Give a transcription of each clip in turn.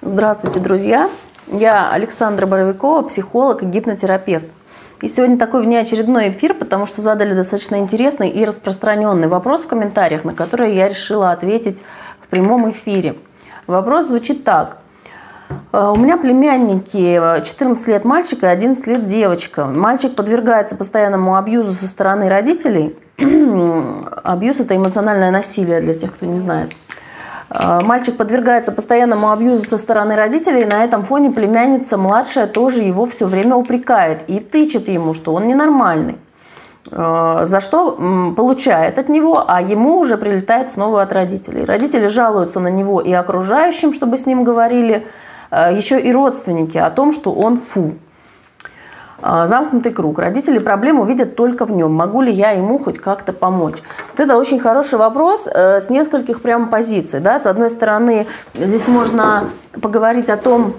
Здравствуйте, друзья! Я Александра Боровикова, психолог и гипнотерапевт. И сегодня такой внеочередной эфир, потому что задали достаточно интересный и распространенный вопрос в комментариях, на который я решила ответить в прямом эфире. Вопрос звучит так. У меня племянники 14 лет мальчик и 11 лет девочка. Мальчик подвергается постоянному абьюзу со стороны родителей. Абьюз – это эмоциональное насилие, для тех, кто не знает. Мальчик подвергается постоянному абьюзу со стороны родителей, и на этом фоне племянница младшая тоже его все время упрекает и тычет ему, что он ненормальный. За что получает от него, а ему уже прилетает снова от родителей. Родители жалуются на него и окружающим, чтобы с ним говорили, еще и родственники о том, что он фу. Замкнутый круг. Родители проблему видят только в нем. Могу ли я ему хоть как-то помочь? Вот это очень хороший вопрос с нескольких прям позиций. Да? С одной стороны, здесь можно поговорить о том,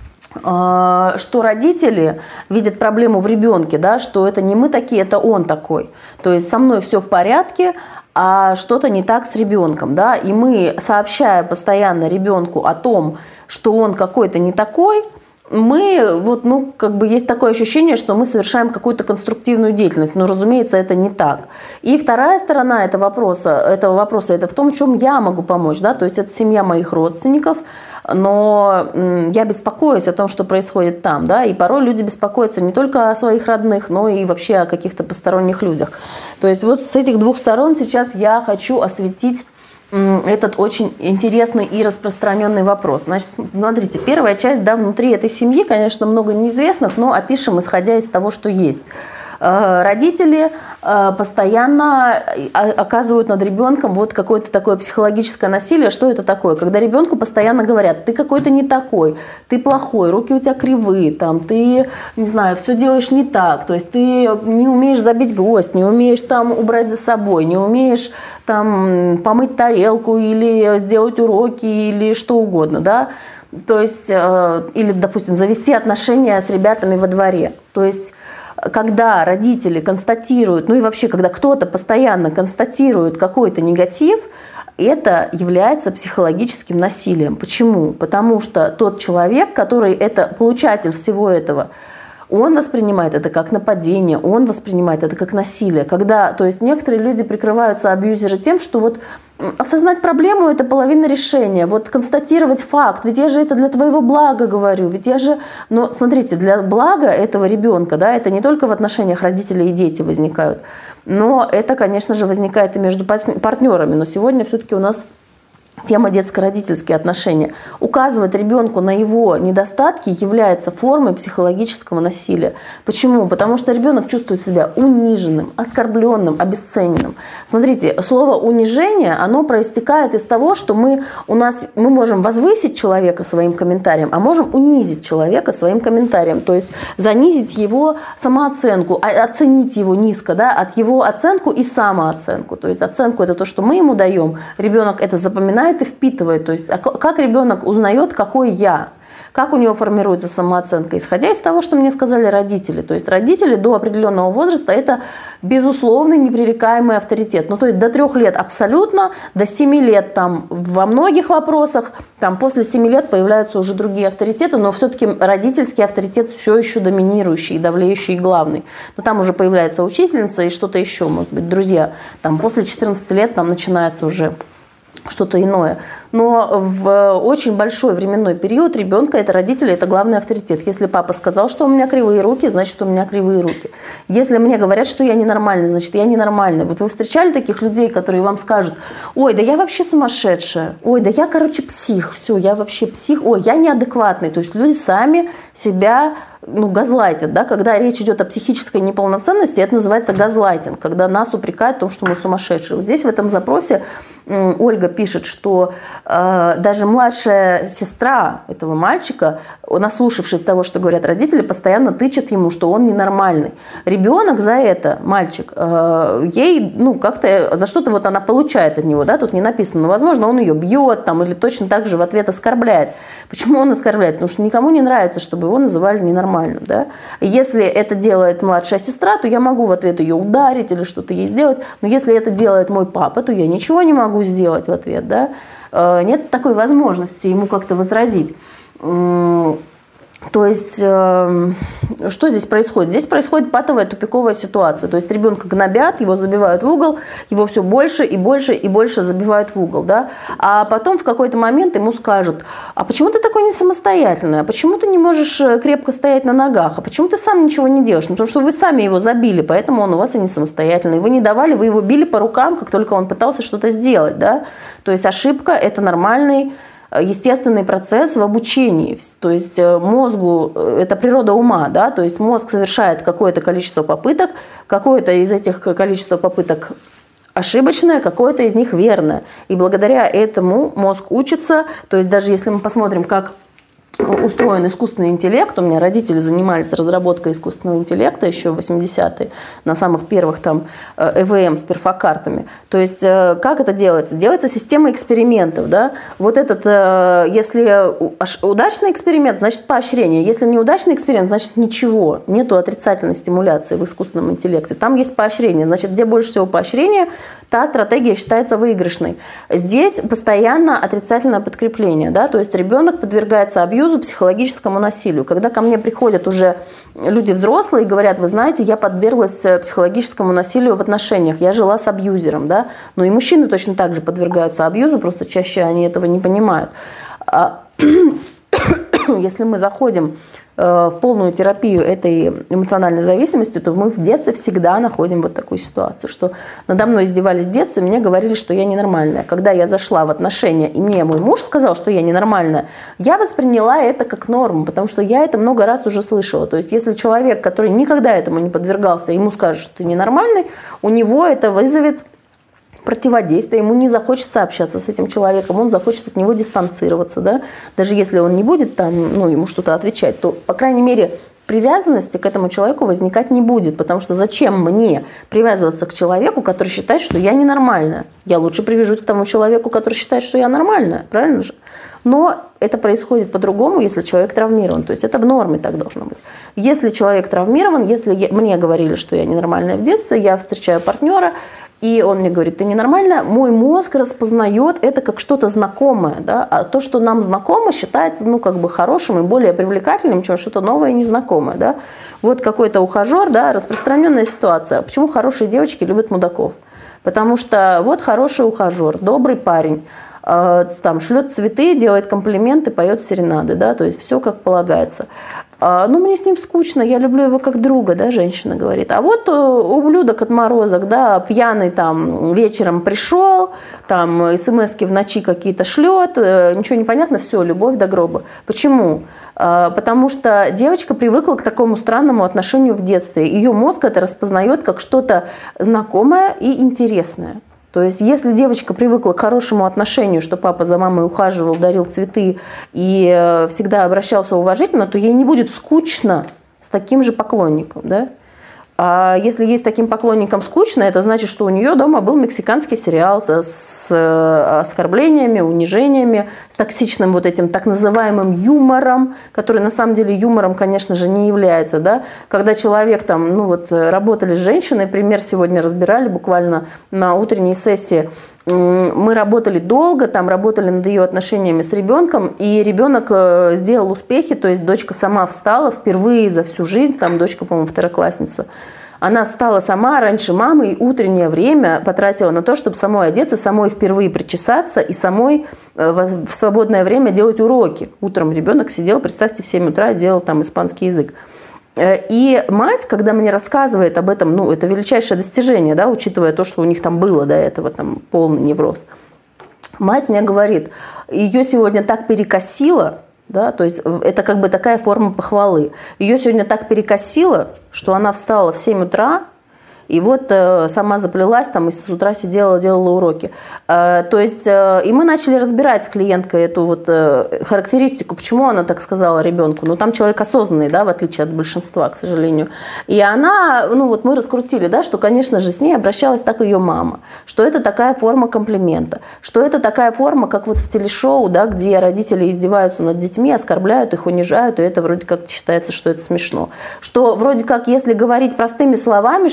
что родители видят проблему в ребенке, да? Что это не мы такие, это он такой. То есть со мной все в порядке, а что-то не так с ребенком. Да? И мы, сообщая постоянно ребенку о том, что он какой-то не такой, мы, есть такое ощущение, что мы совершаем какую-то конструктивную деятельность, но, разумеется, это не так. И вторая сторона этого вопроса это в том, в чем я могу помочь, да, то есть это семья моих родственников, но я беспокоюсь о том, что происходит там, да, и порой люди беспокоятся не только о своих родных, но и вообще о каких-то посторонних людях. То есть вот с этих двух сторон сейчас я хочу осветить этот очень интересный и распространенный вопрос. Значит, смотрите, первая часть, да, внутри этой семьи, конечно, много неизвестных, но опишем, исходя из того, что есть. Родители постоянно оказывают над ребенком вот какое-то такое психологическое насилие. Что это такое? Когда ребенку постоянно говорят: ты какой-то не такой, ты плохой, руки у тебя кривые, там, ты, не знаю, все делаешь не так, то есть ты не умеешь забить гвоздь, не умеешь там убрать за собой, не умеешь там помыть тарелку или сделать уроки или что угодно, да? То есть, или, допустим, завести отношения с ребятами во дворе. То есть когда родители констатируют, ну и вообще, когда кто-то постоянно констатирует какой-то негатив, это является психологическим насилием. Почему? Потому что тот человек, который это получатель всего этого, он воспринимает это как нападение, он воспринимает это как насилие. То есть некоторые люди прикрываются, абьюзеры, тем, что вот осознать проблему – это половина решения. Вот констатировать факт, ведь я же это для твоего блага говорю, Но смотрите, для блага этого ребенка, да, это не только в отношениях родителей и дети возникают, но это, конечно же, возникает и между партнерами. Но сегодня все-таки у нас тема детско-родительские отношения. Указывать ребенку на его недостатки является формой психологического насилия. Почему? Потому что ребенок чувствует себя униженным, оскорбленным, обесцененным. Смотрите, слово «унижение», оно проистекает из того, что мы можем возвысить человека своим комментарием, а можем унизить человека своим комментарием. То есть занизить его самооценку, оценить его низко, да, от его оценку и самооценку. То есть оценку – это то, что мы ему даем, ребенок это запоминает и впитывает. То есть как ребенок узнает, какой я, как у него формируется самооценка, исходя из того, что мне сказали родители. То есть родители до определенного возраста – это безусловный непререкаемый авторитет. То есть до 3 лет абсолютно, до 7 лет там во многих вопросах, там после 7 лет появляются уже другие авторитеты, но все-таки родительский авторитет все еще доминирующий, давлеющий и главный. Но там уже появляется учительница и что-то еще, может быть, друзья. Там после 14 лет там начинается уже что-то иное. Но в очень большой временной период ребенка это родители, это главный авторитет. Если папа сказал, что у меня кривые руки, значит, у меня кривые руки. Если мне говорят, что я ненормальный, значит, я ненормальный. Вот вы встречали таких людей, которые вам скажут: ой, да я вообще сумасшедшая, ой, да я, псих, все, я вообще псих, ой, я неадекватный. То есть люди сами себя газлайтят, да? Когда речь идет о психической неполноценности, это называется газлайтинг, когда нас упрекают в том, что мы сумасшедшие. Вот здесь в этом запросе Ольга пишет, что даже младшая сестра этого мальчика, наслушавшись того, что говорят родители, постоянно тычет ему, что он ненормальный. Ребенок за это, мальчик, ей как-то за что-то вот она получает от него, да, тут не написано, но, возможно, он ее бьет там, или точно так же в ответ оскорбляет. Почему он оскорбляет? Потому что никому не нравится, чтобы его называли ненормальным. Да? Если это делает младшая сестра, то я могу в ответ ее ударить или что-то ей сделать. Но если это делает мой папа, то я ничего не могу сделать в ответ. Да? Нет такой возможности ему как-то возразить. То есть, что здесь происходит? Здесь происходит патовая тупиковая ситуация. То есть ребенка гнобят, его забивают в угол, его все больше и больше и больше забивают в угол. Да? А потом в какой-то момент ему скажут: а почему ты такой не самостоятельный? А почему ты не можешь крепко стоять на ногах? А почему ты сам ничего не делаешь? Ну, потому что вы сами его забили, поэтому он у вас и не самостоятельный. Вы не давали, вы его били по рукам, как только он пытался что-то сделать. Да? То есть ошибка – это нормальный, естественный процесс в обучении. То есть мозгу, это природа ума, да, то есть мозг совершает какое-то количество попыток, какое-то из этих количества попыток ошибочное, какое-то из них верное. И благодаря этому мозг учится. То есть даже если мы посмотрим, как устроен искусственный интеллект. У меня родители занимались разработкой искусственного интеллекта еще в 80-е, на самых первых там ЭВМ с перфокартами. То есть как это делается? Делается система экспериментов. Да? Вот этот, если удачный эксперимент, значит поощрение. Если неудачный эксперимент, значит ничего. Нету отрицательной стимуляции в искусственном интеллекте. Там есть поощрение. Значит, где больше всего поощрения, та стратегия считается выигрышной. Здесь постоянно отрицательное подкрепление. Да? То есть ребенок подвергается абьюзу, психологическому насилию. Когда ко мне приходят уже люди взрослые и говорят: вы знаете, я подверглась психологическому насилию в отношениях, я жила с абьюзером. Да? Но и мужчины точно так же подвергаются абьюзу, просто чаще они этого не понимают. Если мы заходим в полную терапию этой эмоциональной зависимости, то мы в детстве всегда находим вот такую ситуацию, что надо мной издевались в детстве, мне говорили, что я ненормальная. Когда я зашла в отношения, и мне мой муж сказал, что я ненормальная, я восприняла это как норму, потому что я это много раз уже слышала. То есть если человек, который никогда этому не подвергался, ему скажет, что ты ненормальный, у него это вызовет противодействие, ему не захочется общаться с этим человеком, он захочет от него дистанцироваться, да? Даже если он не будет там, ну, ему что-то отвечать, то, по крайней мере, привязанности к этому человеку возникать не будет, потому что зачем мне привязываться к человеку, который считает, что я ненормальная? Я лучше привяжусь к тому человеку, который считает, что я нормальная, правильно же? Но это происходит по-другому, если человек травмирован. То есть это в норме так должно быть. Если человек травмирован, если мне говорили, что я ненормальная в детстве, я встречаю партнера, и он мне говорит: ты ненормальная, мой мозг распознает это как что-то знакомое. Да? А то, что нам знакомо, считается, ну, как бы хорошим и более привлекательным, чем что-то новое и незнакомое. Да? Вот какой-то ухажер, да, распространенная ситуация. Почему хорошие девочки любят мудаков? Потому что вот хороший ухажер, добрый парень, там шлет цветы, делает комплименты, поет серенады, да, то есть все как полагается. Ну, мне с ним скучно, я люблю его как друга, да, женщина говорит. А вот ублюдок отморозок, да, пьяный там вечером пришел, там смс-ки в ночи какие-то шлет, ничего не понятно, все, любовь до гроба. Почему? Потому что девочка привыкла к такому странному отношению в детстве. Ее мозг это распознает как что-то знакомое и интересное. То есть, если девочка привыкла к хорошему отношению, что папа за мамой ухаживал, дарил цветы и всегда обращался уважительно, то ей не будет скучно с таким же поклонником, да? А если ей с таким поклонником скучно, это значит, что у нее дома был мексиканский сериал с оскорблениями, унижениями, с токсичным вот этим так называемым юмором, который на самом деле юмором, конечно же, не является. Да? Когда человек там, ну вот, работали с женщиной, пример сегодня разбирали буквально на утренней сессии, мы работали долго, там работали над ее отношениями с ребенком, и ребенок сделал успехи, то есть дочка сама встала впервые за всю жизнь, там дочка, по-моему, второклассница, она встала сама раньше мамы и утреннее время потратила на то, чтобы самой одеться, самой впервые причесаться и самой в свободное время делать уроки. Утром ребенок сидел, представьте, в 7 утра делал там испанский язык. И мать, когда мне рассказывает об этом, ну, это величайшее достижение, да, учитывая то, что у них там было до этого, там, полный невроз. Мать мне говорит, ее сегодня так перекосило, да, то есть это как бы такая форма похвалы. Ее сегодня так перекосило, что она встала в 7 утра, и вот сама заплелась, там, и с утра сидела, делала уроки. То есть, и мы начали разбирать с клиенткой эту вот характеристику, почему она так сказала ребенку. Ну, там человек осознанный, да, в отличие от большинства, к сожалению. И она, ну, вот мы раскрутили, да, что, конечно же, с ней обращалась так ее мама, что это такая форма комплимента, что это такая форма, как вот в телешоу, да, где родители издеваются над детьми, оскорбляют их, унижают, и это вроде как считается, что это смешно. Что вроде как, если говорить простыми словами, что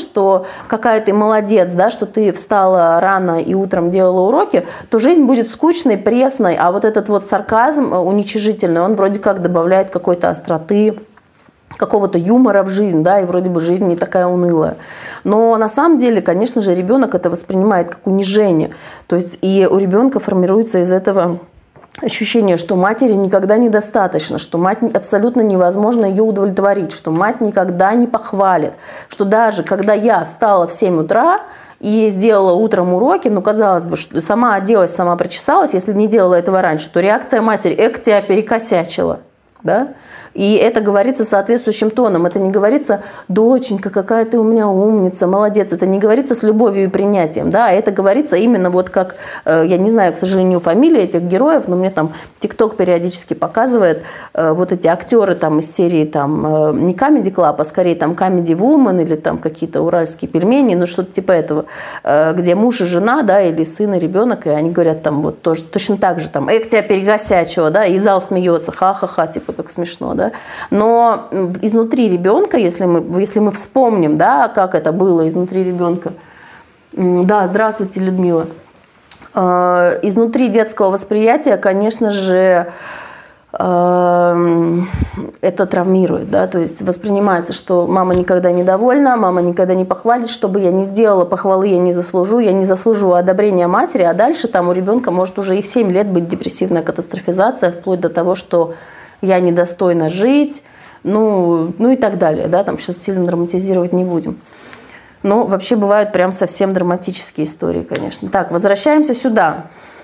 что какая ты молодец, да, что ты встала рано и утром делала уроки, то жизнь будет скучной, пресной, а вот этот вот сарказм уничижительный, он вроде как добавляет какой-то остроты, какого-то юмора в жизнь, да, и вроде бы жизнь не такая унылая. Но на самом деле, конечно же, ребенок это воспринимает как унижение. То есть и у ребенка формируется из этого ощущение, что матери никогда недостаточно, что мать абсолютно невозможно ее удовлетворить, что мать никогда не похвалит, что даже когда я встала в 7 утра и сделала утром уроки, ну, казалось бы, что сама оделась, сама причесалась, если не делала этого раньше, то реакция матери: «Эк, тебя перекосячила». Да? И это говорится соответствующим тоном. Это не говорится: «Доченька, какая ты у меня умница, молодец». Это не говорится с любовью и принятием. Да? Это говорится именно вот как, я не знаю, к сожалению, фамилии этих героев, но мне там ТикТок периодически показывает вот эти актеры там из серии там, не Comedy Club, а скорее там Comedy Woman или там какие-то уральские пельмени, ну что-то типа этого, где муж и жена, да, или сын и ребенок, и они говорят там вот тоже, точно так же там: «Эк, тебя перекосячило», да, и зал смеется, ха-ха-ха, типа как смешно, да. Но изнутри ребенка, если мы вспомним, да, как это было изнутри ребенка. Да, здравствуйте, Людмила. Изнутри детского восприятия, конечно же, это травмирует, да, то есть воспринимается, что мама никогда недовольна, мама никогда не похвалит, что бы я ни сделала, похвалы я не заслуживаю одобрения матери, а дальше там у ребенка может уже и в 7 лет быть депрессивная катастрофизация, вплоть до того, что я недостойна жить, ну и так далее, да, там сейчас сильно драматизировать не будем. Но вообще бывают прям совсем драматические истории, конечно. Так, возвращаемся сюда.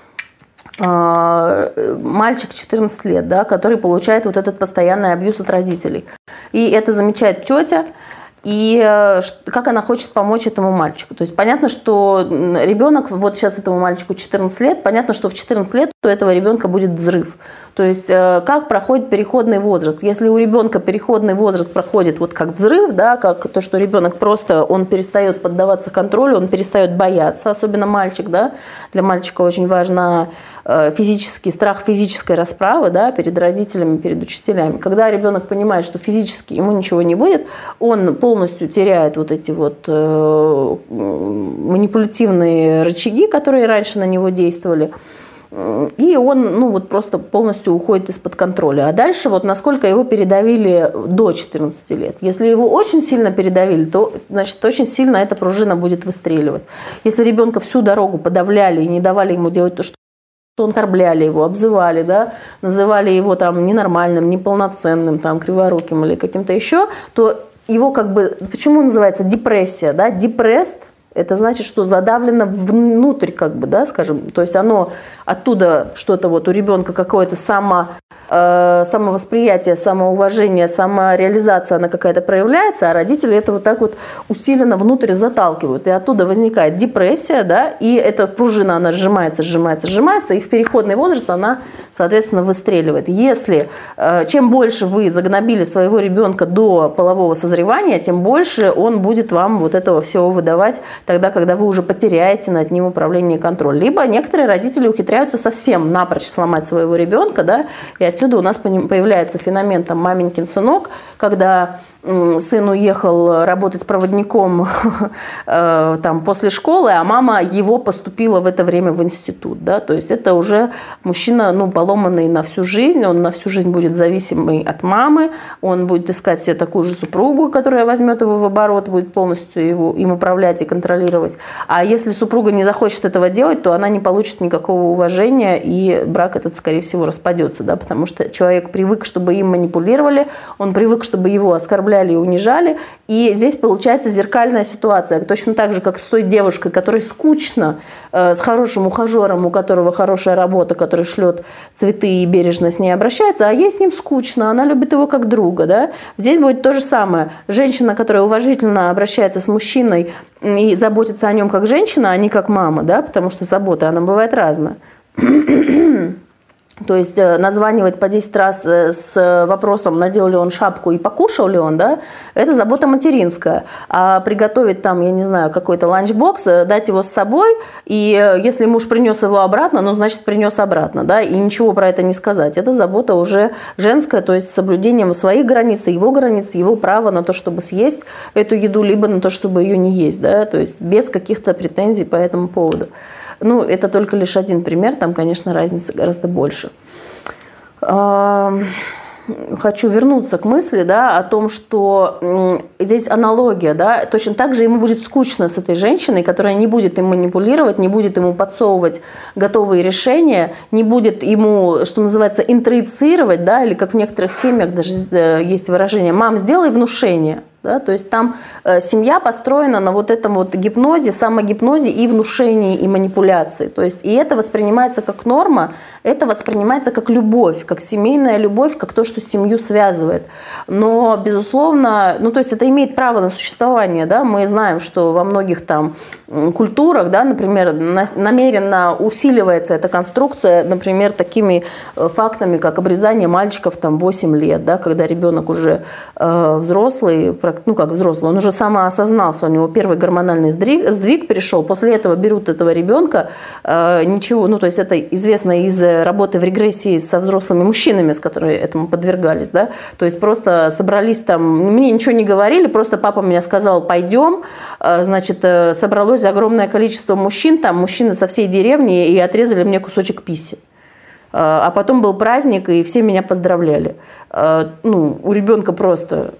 Мальчик 14 лет, да, который получает вот этот постоянный абьюз от родителей. И это замечает тетя, и как она хочет помочь этому мальчику. То есть понятно, что ребенок, вот сейчас этому мальчику 14 лет, понятно, что в 14 лет у этого ребенка будет взрыв. То есть как проходит переходный возраст. Если у ребенка переходный возраст проходит вот как взрыв, да, как то, что ребенок просто, он перестает поддаваться контролю, он перестает бояться, особенно мальчик, да. Для мальчика очень важно физический страх физической расправы, да, перед родителями, перед учителями. Когда ребенок понимает, что физически ему ничего не будет, он полностью теряет вот эти вот манипулятивные рычаги, которые раньше на него действовали. И он, ну, вот просто полностью уходит из-под контроля. А дальше вот насколько его передавили до 14 лет. Если его очень сильно передавили, то, значит, очень сильно эта пружина будет выстреливать. Если ребенка всю дорогу подавляли и не давали ему делать то, что оскорбляли его, обзывали, да, называли его там ненормальным, неполноценным, там, криворуким или каким-то еще, то его как бы, почему называется депрессия, да, депресс. Это значит, что задавлено внутрь, как бы, да, скажем, то есть оно оттуда что-то вот у ребенка какое-то самовосприятие, самоуважение, самореализация, она какая-то проявляется, а родители это вот так вот усиленно внутрь заталкивают. И оттуда возникает депрессия, да, и эта пружина, она сжимается, и в переходный возраст она, соответственно, выстреливает. Если чем больше вы загнобили своего ребенка до полового созревания, тем больше он будет вам вот этого всего выдавать тогда, когда вы уже потеряете над ним управление и контроль. Либо некоторые родители ухитряются совсем напрочь сломать своего ребенка, да, и отсюда у нас появляется феномен там маменькин сынок, когда сын уехал работать проводником там, после школы, а мама его поступила в это время в институт. Да? То есть это уже мужчина, ну, поломанный на всю жизнь, он на всю жизнь будет зависимый от мамы, он будет искать себе такую же супругу, которая возьмет его в оборот, будет полностью им управлять и контролировать. А если супруга не захочет этого делать, то она не получит никакого уважения, и брак этот, скорее всего, распадется, да? Потому что человек привык, чтобы им манипулировали, он привык, чтобы его оскорбляли и унижали. И здесь получается зеркальная ситуация. Точно так же, как с той девушкой, которой скучно, с хорошим ухажером, у которого хорошая работа, который шлет цветы и бережно с ней обращается, а ей с ним скучно, она любит его как друга. Да? Здесь будет то же самое. Женщина, которая уважительно обращается с мужчиной и заботится о нем как женщина, а не как мама, да? Потому что забота, она бывает разная. То есть названивать по 10 раз с вопросом, надел ли он шапку и покушал ли он, да, это забота материнская. А приготовить там, я не знаю, какой-то ланчбокс, дать его с собой, и если муж принес его обратно, ну, значит, принес обратно, да, и ничего про это не сказать. Это забота уже женская, то есть с соблюдением своих границ, его права на то, чтобы съесть эту еду, либо на то, чтобы ее не есть, да, то есть без каких-то претензий по этому поводу. Ну, это только лишь один пример, там, конечно, разница гораздо больше. Хочу вернуться к мысли, да, о том, что здесь аналогия, да, точно так же ему будет скучно с этой женщиной, которая не будет им манипулировать, не будет ему подсовывать готовые решения, не будет ему, что называется, интроицировать, да, или как в некоторых семьях даже есть выражение «мам, сделай внушение». Да, то есть там семья построена на вот этом вот гипнозе, самогипнозе и внушении, и манипуляции. То есть и это воспринимается как норма, это воспринимается как любовь, как семейная любовь, как то, что семью связывает. Но, безусловно, ну, то есть это имеет право на существование. Да? Мы знаем, что во многих там культурах, да, например, намеренно усиливается эта конструкция, например, такими фактами, как обрезание мальчиков там 8 лет, да, когда ребенок уже взрослый, ну как взрослый, он уже самоосознался, у него первый гормональный сдвиг перешел, после этого берут этого ребенка, ничего, ну то есть это известно из работы в регрессии со взрослыми мужчинами, с которыми этому подвергались, да, то есть просто собрались там, мне ничего не говорили, просто папа мне сказал, пойдем, значит, собралось огромное количество мужчин, там мужчины со всей деревни, и отрезали мне кусочек писи. А потом был праздник, и все меня поздравляли. Ну, у ребенка просто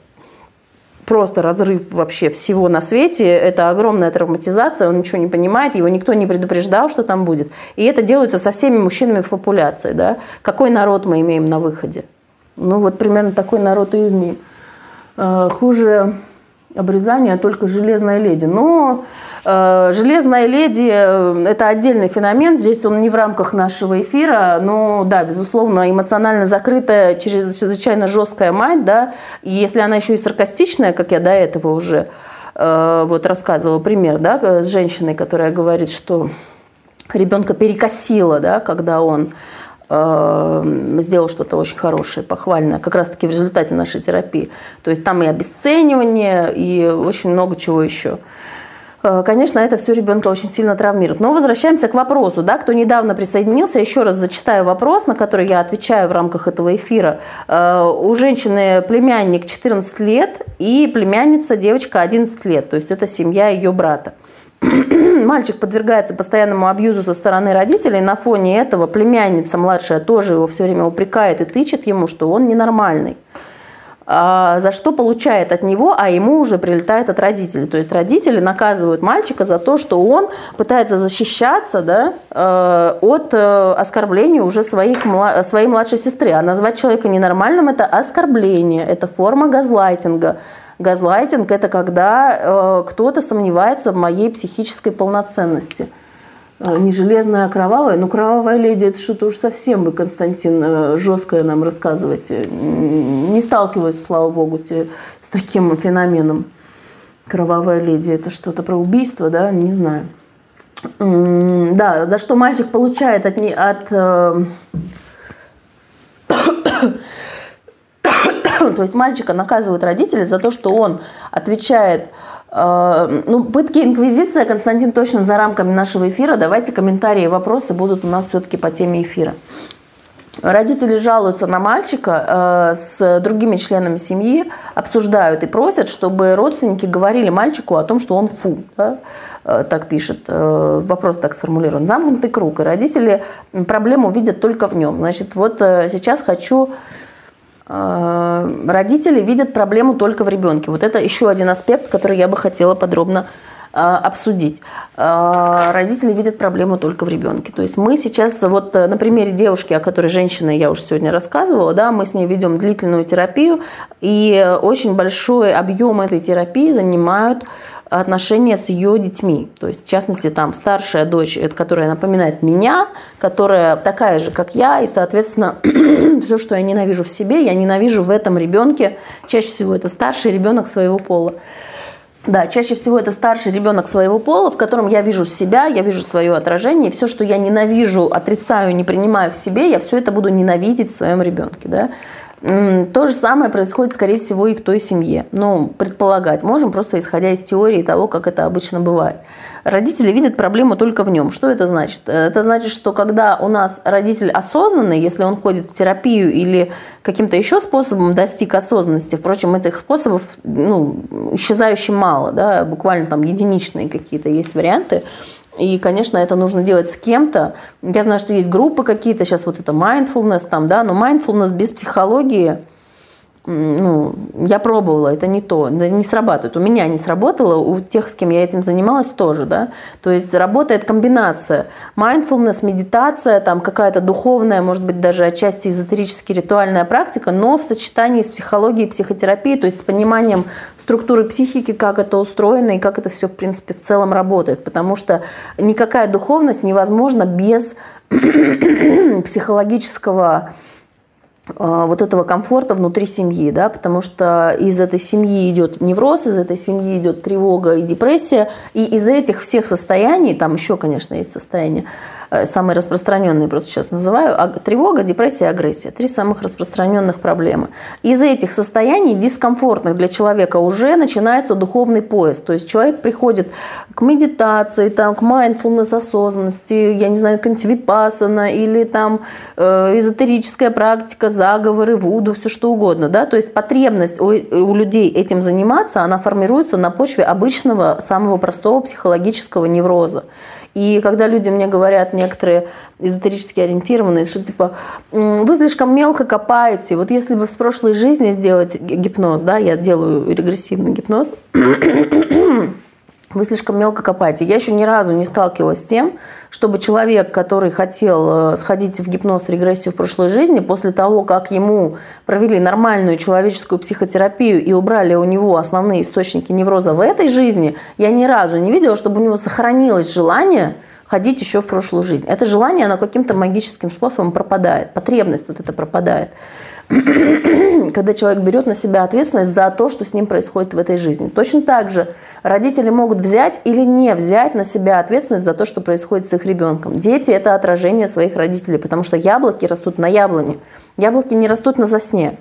разрыв вообще всего на свете. Это огромная травматизация, он ничего не понимает, его никто не предупреждал, что там будет. И это делается со всеми мужчинами в популяции. Да? Какой народ мы имеем на выходе? Ну вот примерно такой народ и имеем. Хуже обрезания только железная леди. Но железная леди – это отдельный феномен, здесь он не в рамках нашего эфира, но да, безусловно, эмоционально закрытая, чрезвычайно жесткая мать, да, и если она еще и саркастичная, как я до этого уже вот рассказывала пример, да, с женщиной, которая говорит, что ребенка перекосило, да, когда он сделал что-то очень хорошее, похвальное, как раз-таки в результате нашей терапии. То есть там и обесценивание, и очень много чего еще. Конечно, это все ребенка очень сильно травмирует. Но возвращаемся к вопросу, да, кто недавно присоединился. Еще раз зачитаю вопрос, на который я отвечаю в рамках этого эфира. У женщины племянник 14 лет и племянница, девочка 11 лет. То есть это семья ее брата. Мальчик подвергается постоянному абьюзу со стороны родителей. На фоне этого племянница младшая тоже его все время упрекает и тычет ему, что он ненормальный. За что получает от него, а ему уже прилетает от родителей. То есть родители наказывают мальчика за то, что он пытается защищаться, да, от оскорбления уже своей младшей сестры. А назвать человека ненормальным – это оскорбление, это форма газлайтинга. Газлайтинг – это когда кто-то сомневается в моей психической полноценности. Не железная, а кровавая. Ну, кровавая леди – это что-то уж совсем вы, Константин, жесткое нам рассказываете. Не сталкиваюсь, слава богу, с таким феноменом. Кровавая леди – это что-то про убийство, да? Не знаю. Да, за что мальчик получает То есть мальчика наказывают родители за то, что он отвечает. Ну, пытки, инквизиция, Константин, точно за рамками нашего эфира. Давайте комментарии и вопросы будут у нас все-таки по теме эфира. Родители жалуются на мальчика с другими членами семьи, обсуждают и просят, чтобы родственники говорили мальчику о том, что он фу. Да? Так пишет, вопрос так сформулирован. Замкнутый круг. И родители проблему видят только в нем. Значит, вот сейчас хочу... Родители видят проблему только в ребенке. Вот это еще один аспект, который я бы хотела подробно обсудить. Родители видят проблему только в ребенке. То есть мы сейчас, вот на примере девушки, о которой женщина, я уже сегодня рассказывала, да, мы с ней ведем длительную терапию, и очень большой объем этой терапии занимают отношения с ее детьми. То есть, в частности, там старшая дочь, которая напоминает меня, которая такая же, как я, и, соответственно, все, что я ненавижу в себе, я ненавижу в этом ребенке. Чаще всего это старший ребенок своего пола. Да, чаще всего это старший ребенок своего пола, в котором я вижу себя, я вижу свое отражение, и все, что я ненавижу, отрицаю, не принимаю в себе, я все это буду ненавидеть в своем ребенке, да. То же самое происходит, скорее всего, и в той семье. Ну, предполагать можем, просто исходя из теории того, как это обычно бывает. Родители видят проблему только в нем. Что это значит? Это значит, что когда у нас родитель осознанный, если он ходит в терапию или каким-то еще способом достиг осознанности, впрочем, этих способов исчезающе мало, да, буквально там единичные какие-то есть варианты. И, конечно, это нужно делать с кем-то. Я знаю, что есть группы какие-то, сейчас вот это mindfulness там, да, но mindfulness без психологии, я пробовала, это не то, не срабатывает. У меня не сработало, у тех, с кем я этим занималась, тоже, да. То есть работает комбинация mindfulness, медитация, там какая-то духовная, может быть, даже отчасти эзотерически ритуальная практика, но в сочетании с психологией и психотерапией, то есть с пониманием структуры психики, как это устроено и как это все, в принципе, в целом работает. Потому что никакая духовность невозможна без психологического вот этого комфорта внутри семьи, да, потому что из этой семьи идет невроз, из этой семьи идет тревога и депрессия, и из этих всех состояний, там еще, конечно, есть состояния, самые распространенные просто сейчас называю, тревога, депрессия, агрессия, 3 самых распространенных проблемы. Из этих состояний дискомфортных для человека уже начинается духовный поиск, то есть человек приходит к медитации, там, к mindfulness, осознанности, я не знаю, к випассана или там эзотерическая практика, заговоры, вуду, все что угодно, да, то есть потребность у людей этим заниматься, она формируется на почве обычного, самого простого психологического невроза. И когда люди мне говорят, некоторые эзотерически ориентированные, что типа, вы слишком мелко копаете, вот если бы в прошлой жизни сделать гипноз, да, я делаю регрессивный гипноз, вы слишком мелко копаете. Я еще ни разу не сталкивалась с тем, чтобы человек, который хотел сходить в гипноз, регрессию в прошлой жизни, после того, как ему провели нормальную человеческую психотерапию и убрали у него основные источники невроза в этой жизни, я ни разу не видела, чтобы у него сохранилось желание ходить еще в прошлую жизнь. Это желание, оно каким-то магическим способом пропадает, потребность вот эта пропадает. Когда человек берет на себя ответственность за то, что с ним происходит в этой жизни. Точно так же родители могут взять или не взять на себя ответственность за то, что происходит с их ребенком. Дети – это отражение своих родителей, потому что яблоки растут на яблоне. Яблоки не растут на сосне.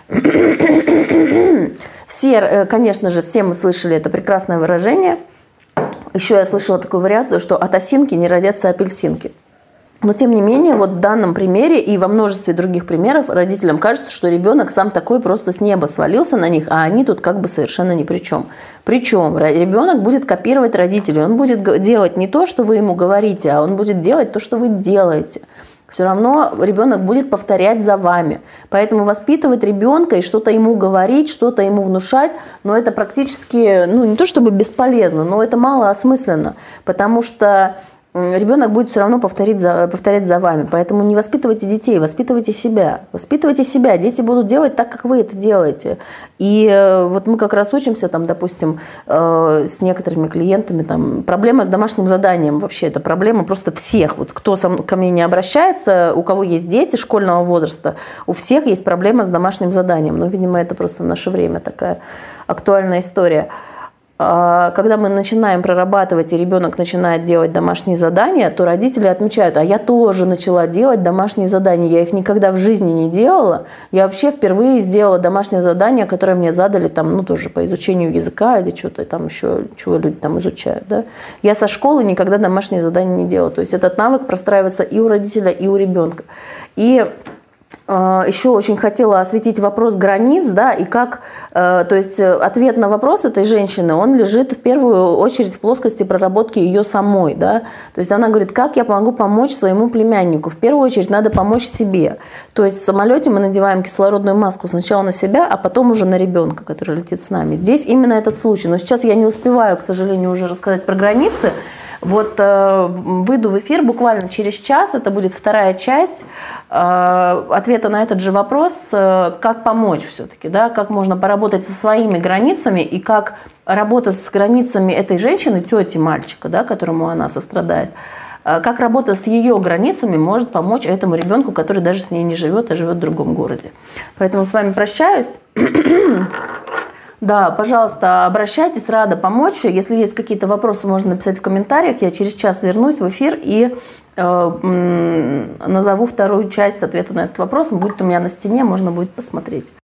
Все, конечно же, все мы слышали это прекрасное выражение. Еще я слышала такую вариацию, что от осинки не родятся апельсинки. Но, тем не менее, вот в данном примере и во множестве других примеров родителям кажется, что ребенок сам такой просто с неба свалился на них, а они тут как бы совершенно ни при чем. Причем ребенок будет копировать родителей, он будет делать не то, что вы ему говорите, а он будет делать то, что вы делаете. Все равно ребенок будет повторять за вами. Поэтому воспитывать ребенка и что-то ему говорить, что-то ему внушать, но это практически, не то чтобы бесполезно, но это малоосмысленно, потому что ребенок будет все равно повторять за вами. Поэтому не воспитывайте детей, воспитывайте себя. Воспитывайте себя. Дети будут делать так, как вы это делаете. И вот мы как раз учимся, там, допустим, с некоторыми клиентами, там, проблема с домашним заданием. Вообще, это проблема просто всех. Вот кто ко мне не обращается, у кого есть дети школьного возраста, у всех есть проблема с домашним заданием. Но, видимо, это просто в наше время такая актуальная история. Когда мы начинаем прорабатывать, и ребенок начинает делать домашние задания, то родители отмечают, а я тоже начала делать домашние задания, я их никогда в жизни не делала. Я вообще впервые сделала домашнее задание, которое мне задали там, тоже по изучению языка или что-то там еще, чего люди там изучают. Да? Я со школы никогда домашние задания не делала. То есть этот навык простраивается и у родителя, и у ребенка. И еще очень хотела осветить вопрос границ, да, и как, то есть ответ на вопрос этой женщины, он лежит в первую очередь в плоскости проработки ее самой, да, то есть она говорит, как я могу помочь своему племяннику, в первую очередь надо помочь себе, то есть в самолете мы надеваем кислородную маску сначала на себя, а потом уже на ребенка, который летит с нами, здесь именно этот случай, но сейчас я не успеваю, к сожалению, уже рассказать про границы. Вот выйду в эфир буквально через час, это будет вторая часть ответа на этот же вопрос, как помочь все-таки, да, как можно поработать со своими границами и как работа с границами этой женщины, тети мальчика, да, которому она сострадает, как работа с ее границами может помочь этому ребенку, который даже с ней не живет, а живет в другом городе. Поэтому с вами прощаюсь. Да, пожалуйста, обращайтесь, рада помочь. Если есть какие-то вопросы, можно написать в комментариях. Я через час вернусь в эфир и назову вторую часть ответа на этот вопрос. Он будет у меня на стене, можно будет посмотреть.